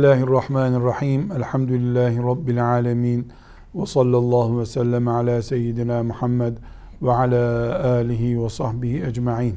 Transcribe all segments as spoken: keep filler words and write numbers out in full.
Bismillahirrahmanirrahim. Elhamdülillahi Rabbil alemin. Ve sallallahu ve sellem ala seyyidina Muhammed ve ala alihi ve sahbihi ecma'in.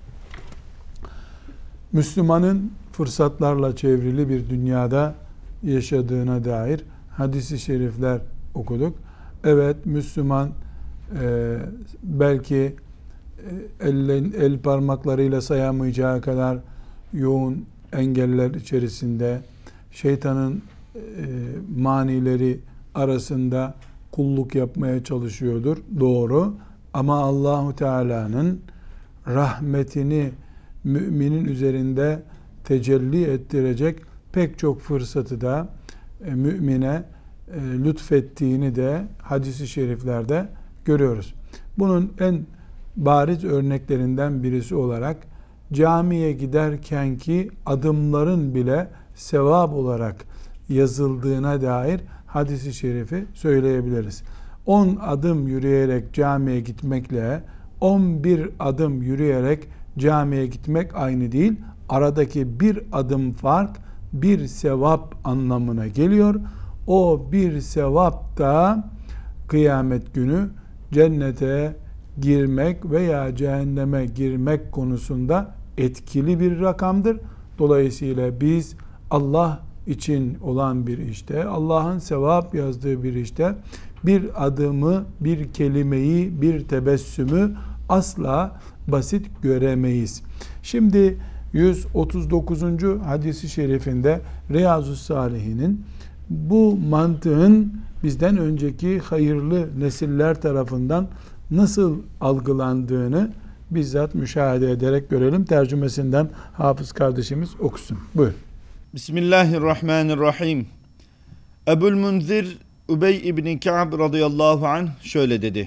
Müslümanın fırsatlarla çevrili bir dünyada yaşadığına dair hadis-i şerifler okuduk. Evet, Müslüman e, belki el, el parmaklarıyla sayamayacağı kadar yoğun engeller içerisinde, şeytanın e, manileri arasında kulluk yapmaya çalışıyordur. Doğru. Ama Allahu Teala'nın rahmetini müminin üzerinde tecelli ettirecek pek çok fırsatı da e, mümine e, lütfettiğini de hadis-i şeriflerde görüyoruz. Bunun en bariz örneklerinden birisi olarak camiye giderkenki adımların bile sevap olarak yazıldığına dair hadis-i şerifi söyleyebiliriz. on adım yürüyerek camiye gitmekle on bir adım yürüyerek camiye gitmek aynı değil. Aradaki bir adım fark bir sevap anlamına geliyor. O bir sevap da kıyamet günü cennete girmek veya cehenneme girmek konusunda etkili bir rakamdır. Dolayısıyla biz Allah için olan bir işte, Allah'ın sevap yazdığı bir işte bir adımı, bir kelimeyi, bir tebessümü asla basit göremeyiz. Şimdi yüz otuz dokuzuncu hadisi şerifinde Riyazu's-Salihin'in bu mantığın bizden önceki hayırlı nesiller tarafından nasıl algılandığını bizzat müşahede ederek görelim. Tercümesinden Hafız kardeşimiz okusun. Buyur. Bismillahirrahmanirrahim. Ebu'l-Munzir Übey İbni Ka'b radıyallahu anh şöyle dedi.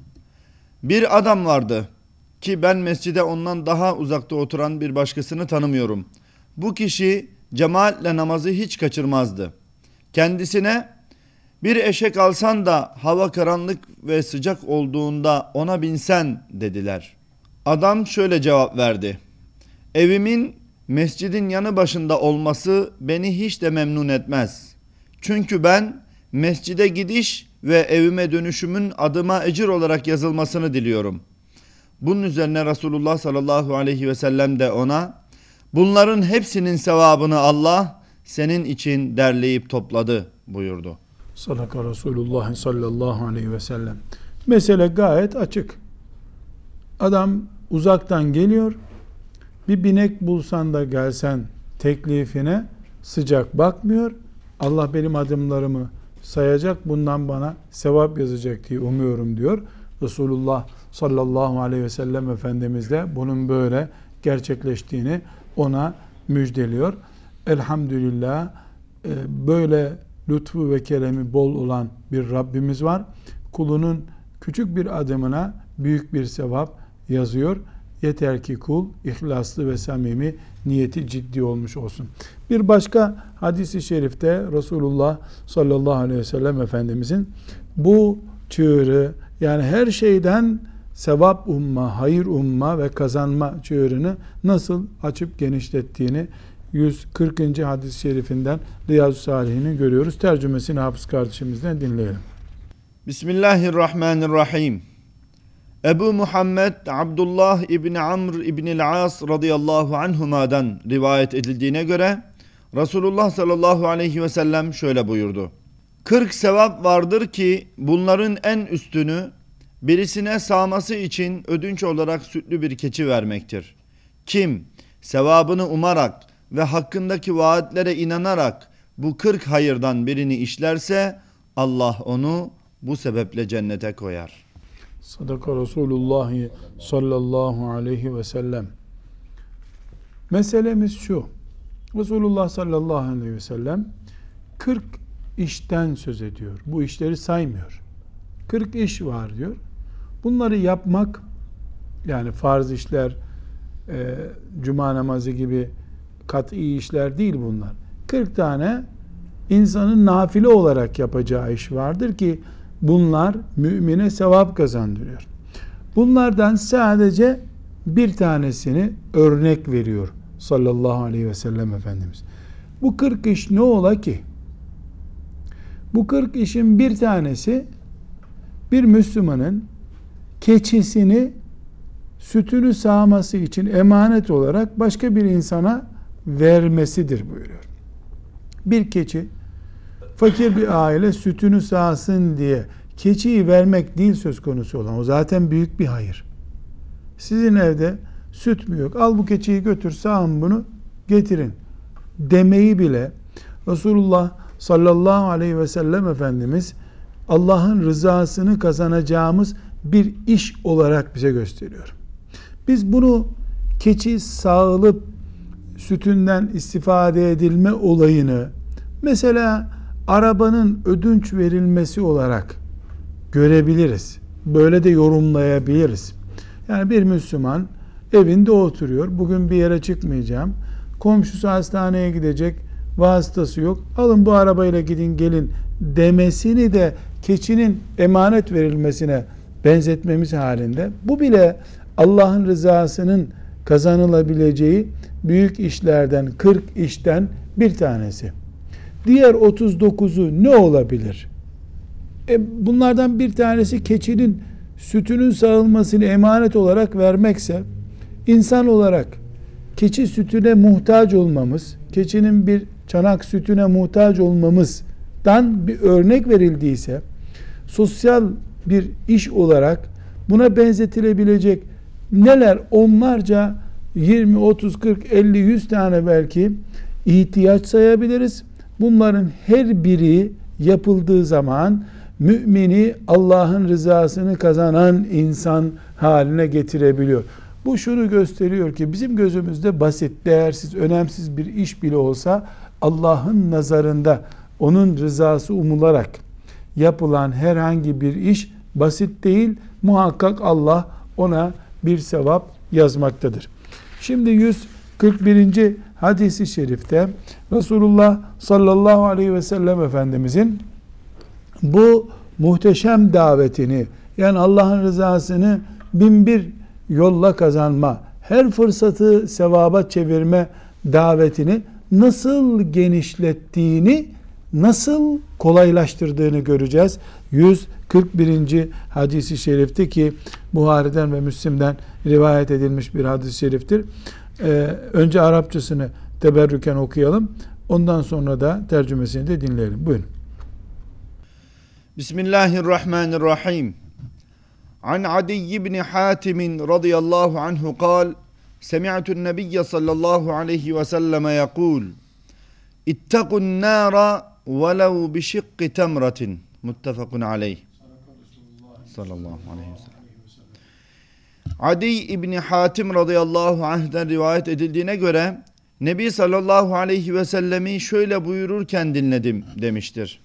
Bir adam vardı ki ben mescide ondan daha uzakta oturan bir başkasını tanımıyorum. Bu kişi cemaatle namazı hiç kaçırmazdı. Kendisine bir eşek alsan da hava karanlık ve sıcak olduğunda ona binsen dediler. Adam şöyle cevap verdi. Evimin mescidin yanı başında olması beni hiç de memnun etmez. Çünkü ben mescide gidiş ve evime dönüşümün adıma ecir olarak yazılmasını diliyorum. Bunun üzerine Resulullah sallallahu aleyhi ve sellem de ona bunların hepsinin sevabını Allah senin için derleyip topladı buyurdu. Sadaka Resulullah sallallahu aleyhi ve sellem. Mesele gayet açık. Adam uzaktan geliyor. Bir binek bulsan da gelsen teklifine sıcak bakmıyor. Allah benim adımlarımı sayacak, bundan bana sevap yazacak diye umuyorum diyor. Resulullah sallallahu aleyhi ve sellem Efendimiz de bunun böyle gerçekleştiğini ona müjdeliyor. Elhamdülillah böyle lütfu ve keremi bol olan bir Rabbimiz var. Kulunun küçük bir adımına büyük bir sevap yazıyor. Yeter ki kul ihlaslı ve samimi, niyeti ciddi olmuş olsun. Bir başka hadis-i şerifte Resulullah sallallahu aleyhi ve sellem Efendimizin bu çığırı, yani her şeyden sevap umma, hayır umma ve kazanma çığırını nasıl açıp genişlettiğini yüz kırkıncı hadis-i şerifinden Riyazu's-Salihin'i görüyoruz. Tercümesini Hafız kardeşimizden dinleyelim. Bismillahirrahmanirrahim. Ebu Muhammed Abdullah İbni Amr İbni As radıyallahu anhuma'dan rivayet edildiğine göre Resulullah sallallahu aleyhi ve sellem şöyle buyurdu. kırk sevap vardır ki bunların en üstünü birisine sağması için ödünç olarak sütlü bir keçi vermektir. Kim sevabını umarak ve hakkındaki vaatlere inanarak bu kırk hayırdan birini işlerse Allah onu bu sebeple cennete koyar. Sadaka Resulullah sallallahu aleyhi ve sellem. Meselemiz şu. Resulullah sallallahu aleyhi ve sellem kırk işten söz ediyor. Bu işleri saymıyor. kırk iş var diyor. Bunları yapmak, yani farz işler, e, cuma namazı gibi kat'i işler değil bunlar. kırk tane insanın nafile olarak yapacağı iş vardır ki bunlar mümine sevap kazandırıyor. Bunlardan sadece bir tanesini örnek veriyor sallallahu aleyhi ve sellem Efendimiz. Bu kırk iş ne ola ki? Bu kırk işin bir tanesi, bir Müslümanın keçisini sütünü sağması için emanet olarak başka bir insana vermesidir buyuruyor. Bir keçi, fakir bir aile sütünü sağsın diye keçiyi vermek değil söz konusu olan. O zaten büyük bir hayır. Sizin evde süt mü yok? Al bu keçiyi götür, sağın bunu, getirin demeyi bile Resulullah sallallahu aleyhi ve sellem Efendimiz Allah'ın rızasını kazanacağımız bir iş olarak bize gösteriyor. Biz bunu keçi sağılıp sütünden istifade edilme olayını mesela arabanın ödünç verilmesi olarak görebiliriz. Böyle de yorumlayabiliriz. Yani bir Müslüman evinde oturuyor. Bugün bir yere çıkmayacağım. Komşusu hastaneye gidecek. Vasıtası yok. Alın bu arabayla gidin gelin demesini de keçinin emanet verilmesine benzetmemiz halinde. Bu bile Allah'ın rızasının kazanılabileceği büyük işlerden, kırk işten bir tanesi. Diğer otuz dokuzu ne olabilir? E bunlardan bir tanesi keçinin sütünün sağılmasını emanet olarak vermekse, insan olarak keçi sütüne muhtaç olmamız, keçinin bir çanak sütüne muhtaç olmamızdan bir örnek verildiyse, sosyal bir iş olarak buna benzetilebilecek neler, onlarca yirmi, otuz, kırk, elli, yüz tane belki ihtiyaç sayabiliriz. Bunların her biri yapıldığı zaman mümini Allah'ın rızasını kazanan insan haline getirebiliyor. Bu şunu gösteriyor ki bizim gözümüzde basit, değersiz, önemsiz bir iş bile olsa Allah'ın nazarında onun rızası umularak yapılan herhangi bir iş basit değil. Muhakkak Allah ona bir sevap yazmaktadır. Şimdi yüz kırk birinci hadisi şerifte Resulullah sallallahu aleyhi ve sellem Efendimizin bu muhteşem davetini, yani Allah'ın rızasını bin bir yolla kazanma, her fırsatı sevaba çevirme davetini nasıl genişlettiğini, nasıl kolaylaştırdığını göreceğiz. yüz kırk birinci hadisi şerifte ki Buhari'den ve Müslim'den rivayet edilmiş bir hadis-i şeriftir. Ee, önce Arapçasını teberrüken okuyalım. Ondan sonra da tercümesini de dinleyelim. Buyurun. Bismillahirrahmanirrahim. An Adi ibn Hatim radıyallahu anhu kal, semi'tu'n nebiyye sallallahu aleyhi ve selleme yekul, İttakun nara velev bişikki temratin. Muttefakun aleyh. Sallallahu aleyhi ve sellem. Adi İbni Hatim radıyallahu anh'den rivayet edildiğine göre Nebi sallallahu aleyhi ve sellemi şöyle buyururken dinledim demiştir.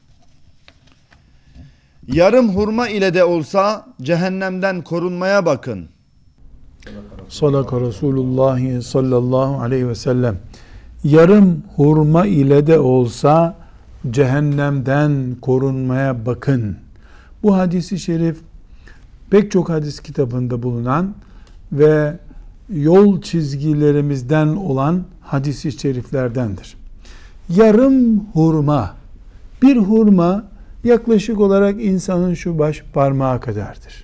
Yarım hurma ile de olsa cehennemden korunmaya bakın. Sadaka Resulullah sallallahu aleyhi ve sellem. Yarım hurma ile de olsa cehennemden korunmaya bakın. Bu hadisi şerif pek çok hadis kitabında bulunan ve yol çizgilerimizden olan hadis-i şeriflerdendir. Yarım hurma, bir hurma yaklaşık olarak insanın şu baş parmağı kadardır.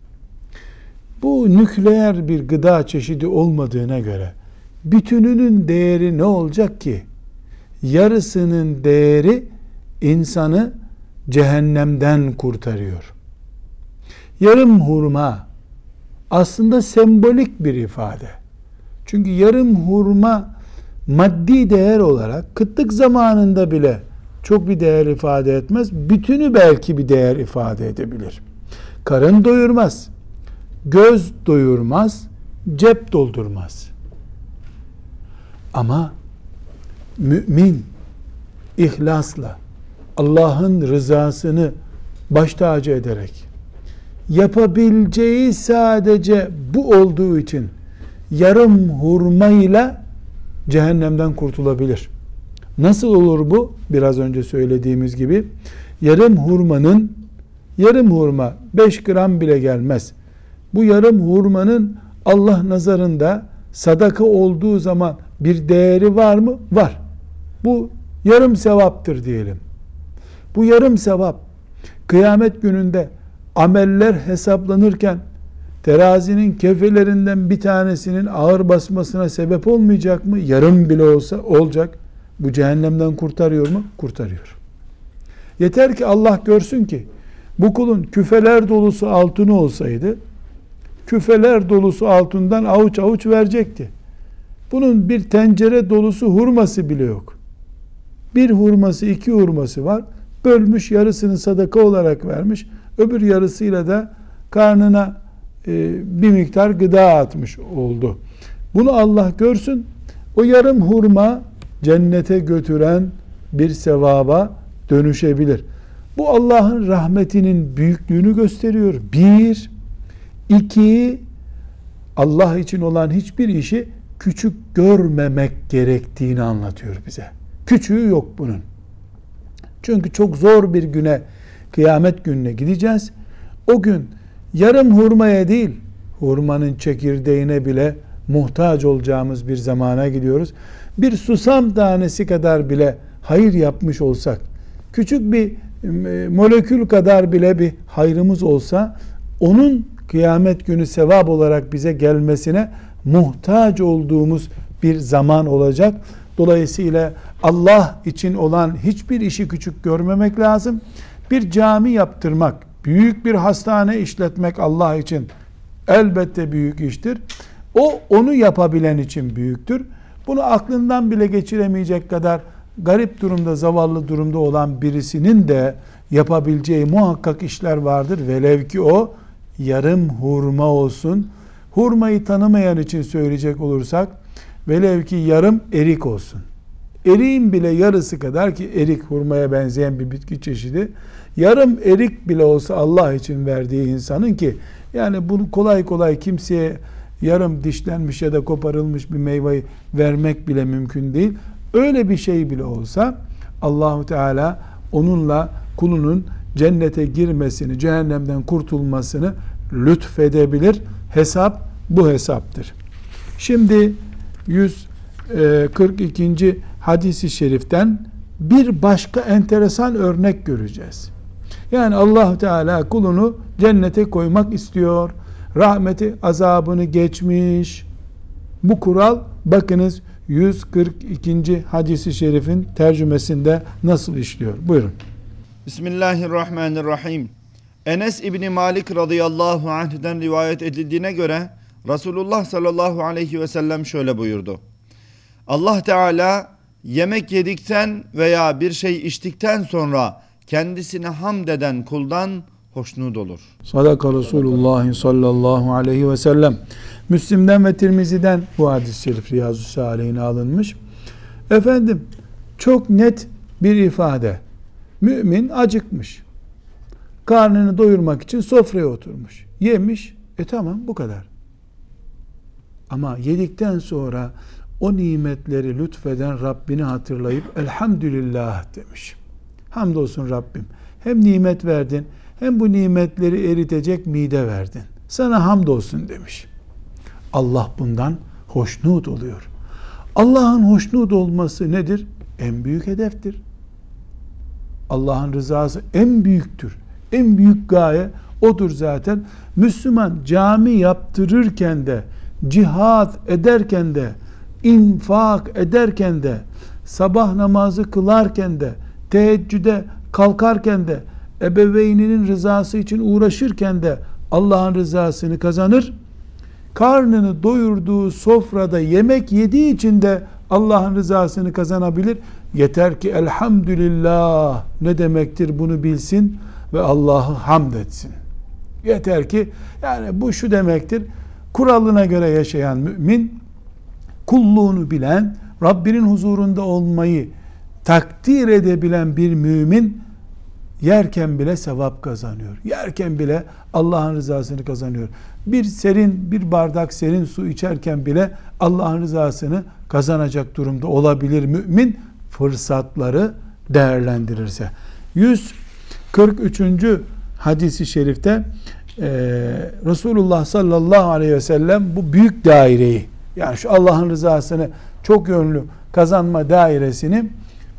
Bu nükleer bir gıda çeşidi olmadığına göre bütününün değeri ne olacak ki? Yarısının değeri insanı cehennemden kurtarıyor. Yarım hurma aslında sembolik bir ifade. Çünkü yarım hurma maddi değer olarak kıtlık zamanında bile çok bir değer ifade etmez. Bütünü belki bir değer ifade edebilir. Karın doyurmaz, göz doyurmaz, cep doldurmaz. Ama mümin ihlasla Allah'ın rızasını baş tacı ederek yapabileceği sadece bu olduğu için yarım hurmayla cehennemden kurtulabilir. Nasıl olur bu? Biraz önce söylediğimiz gibi yarım hurmanın, yarım hurma beş gram bile gelmez. Bu yarım hurmanın Allah nazarında sadaka olduğu zaman bir değeri var mı? Var. Bu yarım sevaptır diyelim. Bu yarım sevap kıyamet gününde ameller hesaplanırken terazinin kefelerinden bir tanesinin ağır basmasına sebep olmayacak mı? Yarım bile olsa olacak. Bu cehennemden kurtarıyor mu? Kurtarıyor. Yeter ki Allah görsün ki bu kulun küfeler dolusu altını olsaydı küfeler dolusu altından avuç avuç verecekti. Bunun bir tencere dolusu hurması bile yok. Bir hurması, iki hurması var. Bölmüş, yarısını sadaka olarak vermiş. Öbür yarısıyla da karnına e, bir miktar gıda atmış oldu. Bunu Allah görsün. O yarım hurma cennete götüren bir sevaba dönüşebilir. Bu Allah'ın rahmetinin büyüklüğünü gösteriyor. Bir, iki, Allah için olan hiçbir işi küçük görmemek gerektiğini anlatıyor bize. Küçüğü yok bunun. Çünkü çok zor bir güne, kıyamet gününe gideceğiz. O gün yarım hurmaya değil, hurmanın çekirdeğine bile muhtaç olacağımız bir zamana gidiyoruz. Bir susam tanesi kadar bile hayır yapmış olsak, küçük bir molekül kadar bile bir hayrımız olsa, onun kıyamet günü sevap olarak bize gelmesine muhtaç olduğumuz bir zaman olacak. Dolayısıyla Allah için olan hiçbir işi küçük görmemek lazım. Bir cami yaptırmak, büyük bir hastane işletmek Allah için elbette büyük iştir. O onu yapabilen için büyüktür. Bunu aklından bile geçiremeyecek kadar garip durumda, zavallı durumda olan birisinin de yapabileceği muhakkak işler vardır. Velev ki o yarım hurma olsun. Hurmayı tanımayan için söyleyecek olursak, velev ki yarım erik olsun. Eriğin bile yarısı kadar, ki erik hurmaya benzeyen bir bitki çeşidi, yarım erik bile olsa Allah için verdiği insanın, ki yani bunu kolay kolay kimseye yarım dişlenmiş ya da koparılmış bir meyveyi vermek bile mümkün değil. Öyle bir şey bile olsa Allahu Teala onunla kulunun cennete girmesini, cehennemden kurtulmasını lütfedebilir. Hesap bu hesaptır. Şimdi yüz kırk ikinci hadisi şeriften bir başka enteresan örnek göreceğiz. Yani Allah Teala kulunu cennete koymak istiyor. Rahmeti azabını geçmiş. Bu kural bakınız yüz kırk ikinci hadisi şerifin tercümesinde nasıl işliyor? Buyurun. Bismillahirrahmanirrahim. Enes İbni Malik radıyallahu anh'den rivayet edildiğine göre Resulullah sallallahu aleyhi ve sellem şöyle buyurdu. Allah Teala yemek yedikten veya bir şey içtikten sonra kendisine hamd eden kuldan hoşnut olur. Sadaka Resulullah sallallahu aleyhi ve sellem. Müslim'den ve Tirmizi'den bu hadis-i şerif Riyazu Salihine alınmış. Efendim, çok net bir ifade. Mümin acıkmış. Karnını doyurmak için sofraya oturmuş. Yemiş. E tamam, bu kadar. Ama yedikten sonra o nimetleri lütfeden Rabbini hatırlayıp elhamdülillah demiş. Hamdolsun Rabbim. Hem nimet verdin, hem bu nimetleri eritecek mide verdin. Sana hamdolsun demiş. Allah bundan hoşnut oluyor. Allah'ın hoşnut olması nedir? En büyük hedeftir. Allah'ın rızası en büyüktür. En büyük gaye odur zaten. Müslüman cami yaptırırken de, cihad ederken de, infak ederken de, sabah namazı kılarken de, teheccüde kalkarken de, ebeveyninin rızası için uğraşırken de Allah'ın rızasını kazanır. Karnını doyurduğu sofrada yemek yediği için de Allah'ın rızasını kazanabilir. Yeter ki elhamdülillah ne demektir bunu bilsin ve Allah'ı hamd etsin. Yeter ki, yani bu şu demektir: kuralına göre yaşayan mümin, kulluğunu bilen, Rabbinin huzurunda olmayı takdir edebilen bir mümin yerken bile sevap kazanıyor. Yerken bile Allah'ın rızasını kazanıyor. Bir serin, bir bardak serin su içerken bile Allah'ın rızasını kazanacak durumda olabilir mümin, fırsatları değerlendirirse. yüz kırk üçüncü hadisi şerifte e, Resulullah sallallahu aleyhi ve sellem bu büyük daireyi, yani şu Allah'ın rızasını çok yönlü kazanma dairesini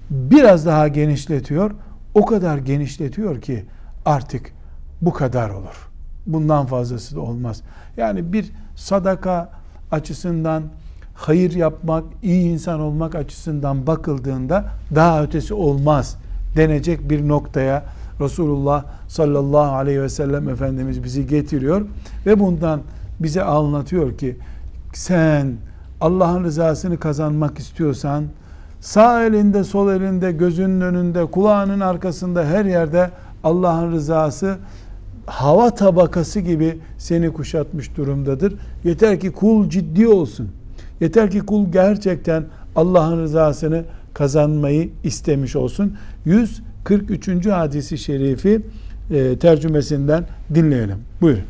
biraz daha genişletiyor. O kadar genişletiyor ki artık bu kadar olur. Bundan fazlası da olmaz. Yani bir sadaka açısından, hayır yapmak, iyi insan olmak açısından bakıldığında daha ötesi olmaz denecek bir noktaya Resulullah sallallahu aleyhi ve sellem Efendimiz bizi getiriyor ve bundan bize anlatıyor ki sen Allah'ın rızasını kazanmak istiyorsan sağ elinde, sol elinde, gözünün önünde, kulağının arkasında, her yerde Allah'ın rızası hava tabakası gibi seni kuşatmış durumdadır. Yeter ki kul ciddi olsun. Yeter ki kul gerçekten Allah'ın rızasını kazanmayı istemiş olsun. yüz kırk üçüncü hadisi şerifi e, tercümesinden dinleyelim. Buyurun.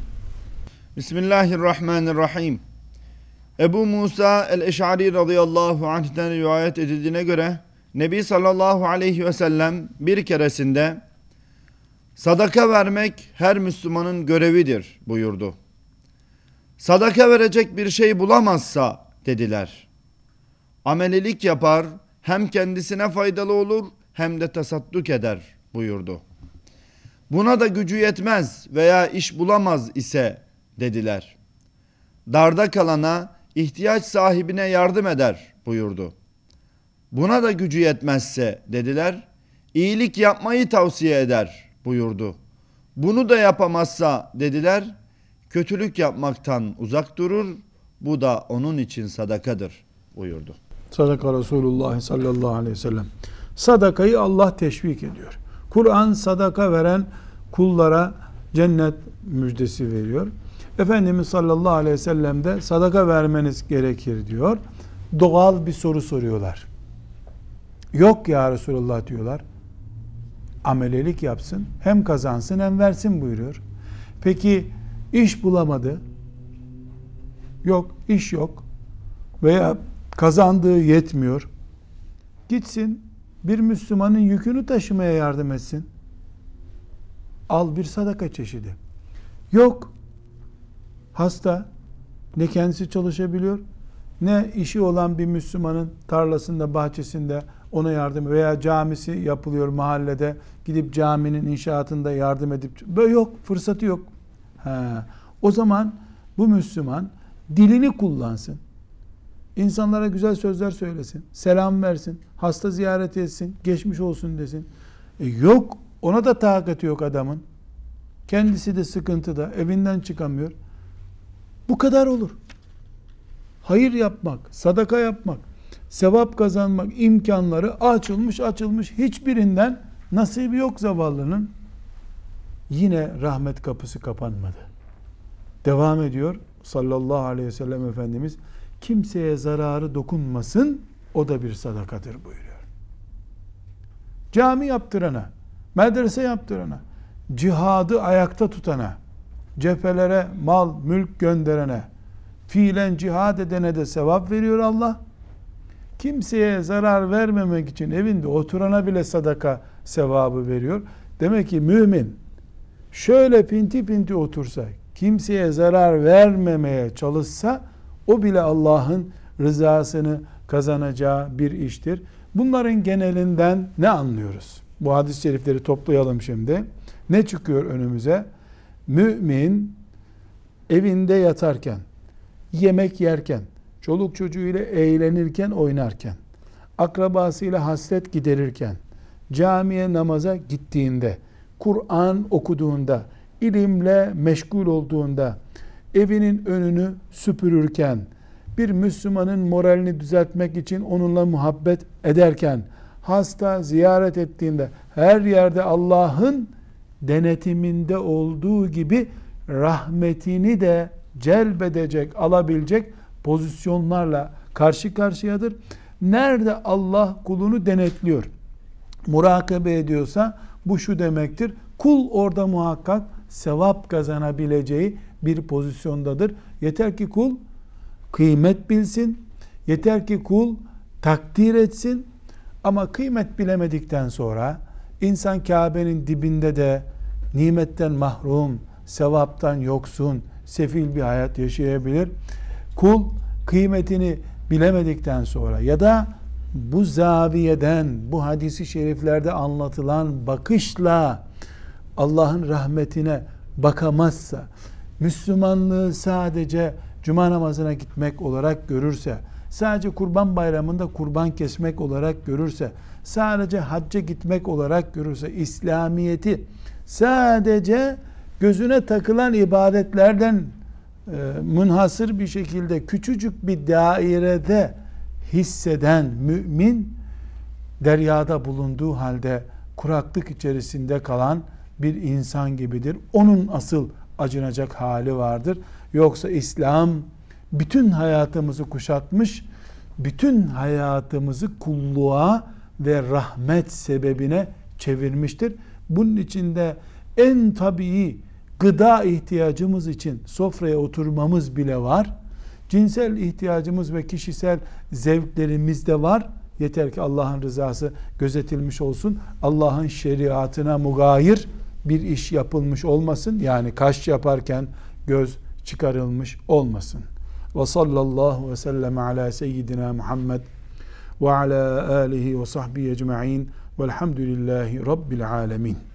Bismillahirrahmanirrahim. Ebu Musa el-Eş'ari radıyallahu anh'ten rivayet edildiğine göre Nebi sallallahu aleyhi ve sellem bir keresinde sadaka vermek her Müslümanın görevidir buyurdu. Sadaka verecek bir şey bulamazsa dediler, amelelik yapar, hem kendisine faydalı olur hem de tasadduk eder buyurdu. Buna da gücü yetmez veya iş bulamaz ise dediler, darda kalana, ihtiyaç sahibine yardım eder buyurdu. Buna da gücü yetmezse dediler, iyilik yapmayı tavsiye eder buyurdu. Bunu da yapamazsa dediler, kötülük yapmaktan uzak durur, bu da onun için sadakadır buyurdu. Sadaka Resulullah sallallahu aleyhi ve sellem. Sadakayı Allah teşvik ediyor. Kur'an sadaka veren kullara cennet müjdesi veriyor. Efendimiz sallallahu aleyhi ve sellem de sadaka vermeniz gerekir diyor. Doğal bir soru soruyorlar. Yok ya Resulullah diyorlar. Amelelik yapsın, hem kazansın hem versin buyuruyor. Peki iş bulamadı. Yok, iş yok. Veya kazandığı yetmiyor. Gitsin bir Müslümanın yükünü taşımaya yardım etsin. Al bir sadaka çeşidi. Yok. Hasta, ne kendisi çalışabiliyor, ne işi olan bir Müslümanın tarlasında, bahçesinde ona yardım, veya camisi yapılıyor mahallede, gidip caminin inşaatında yardım edip, böyle yok, fırsatı yok. Ha, o zaman bu Müslüman dilini kullansın. İnsanlara güzel sözler söylesin, selam versin, hasta ziyaret etsin, geçmiş olsun desin. E yok, ona da takati yok adamın. Kendisi de sıkıntıda, evinden çıkamıyor. Bu kadar olur. Hayır yapmak, sadaka yapmak, sevap kazanmak imkanları açılmış açılmış, hiçbirinden nasibi yok zavallının. Yine rahmet kapısı kapanmadı. Devam ediyor sallallahu aleyhi ve sellem Efendimiz, kimseye zararı dokunmasın, o da bir sadakadır buyuruyor. Cami yaptırana, medrese yaptırana, cihadı ayakta tutana, cephelere mal, mülk gönderene, fiilen cihad edene de sevap veriyor Allah. Kimseye zarar vermemek için evinde oturana bile sadaka sevabı veriyor. Demek ki mümin şöyle pinti pinti otursa, kimseye zarar vermemeye çalışsa, o bile Allah'ın rızasını kazanacağı bir iştir. Bunların genelinden ne anlıyoruz? Bu hadis-i şerifleri toplayalım şimdi. Ne çıkıyor önümüze? Mümin evinde yatarken, yemek yerken, çoluk çocuğuyla eğlenirken, oynarken, akrabasıyla hasret giderirken, camiye namaza gittiğinde, Kur'an okuduğunda, ilimle meşgul olduğunda, evinin önünü süpürürken, bir Müslümanın moralini düzeltmek için onunla muhabbet ederken, hasta ziyaret ettiğinde, her yerde Allah'ın denetiminde olduğu gibi rahmetini de celbedecek, alabilecek pozisyonlarla karşı karşıyadır. Nerede Allah kulunu denetliyor, murakabe ediyorsa, bu şu demektir: kul orada muhakkak sevap kazanabileceği bir pozisyondadır. Yeter ki kul kıymet bilsin, yeter ki kul takdir etsin. Ama kıymet bilemedikten sonra insan Kabe'nin dibinde de nimetten mahrum, sevaptan yoksun, sefil bir hayat yaşayabilir. Kul kıymetini bilemedikten sonra ya da bu zaviyeden, bu hadisi şeriflerde anlatılan bakışla Allah'ın rahmetine bakamazsa, Müslümanlığı sadece cuma namazına gitmek olarak görürse, sadece kurban bayramında kurban kesmek olarak görürse, sadece hacca gitmek olarak görürse, İslamiyet'i sadece gözüne takılan ibadetlerden e, münhasır bir şekilde küçücük bir dairede hisseden mümin, deryada bulunduğu halde kuraklık içerisinde kalan bir insan gibidir. Onun asıl acınacak hali vardır. Yoksa İslam bütün hayatımızı kuşatmış, bütün hayatımızı kulluğa ve rahmet sebebine çevirmiştir. Bunun içinde en tabii gıda ihtiyacımız için sofraya oturmamız bile var. Cinsel ihtiyacımız ve kişisel zevklerimiz de var. Yeter ki Allah'ın rızası gözetilmiş olsun. Allah'ın şeriatına mugayir bir iş yapılmış olmasın. Yani kaş yaparken göz çıkarılmış olmasın. Ve sallallahu ve sellem ala seyyidina Muhammed ve ala alihi ve sahbihi ecma'in velhamdülillahi rabbil alemin.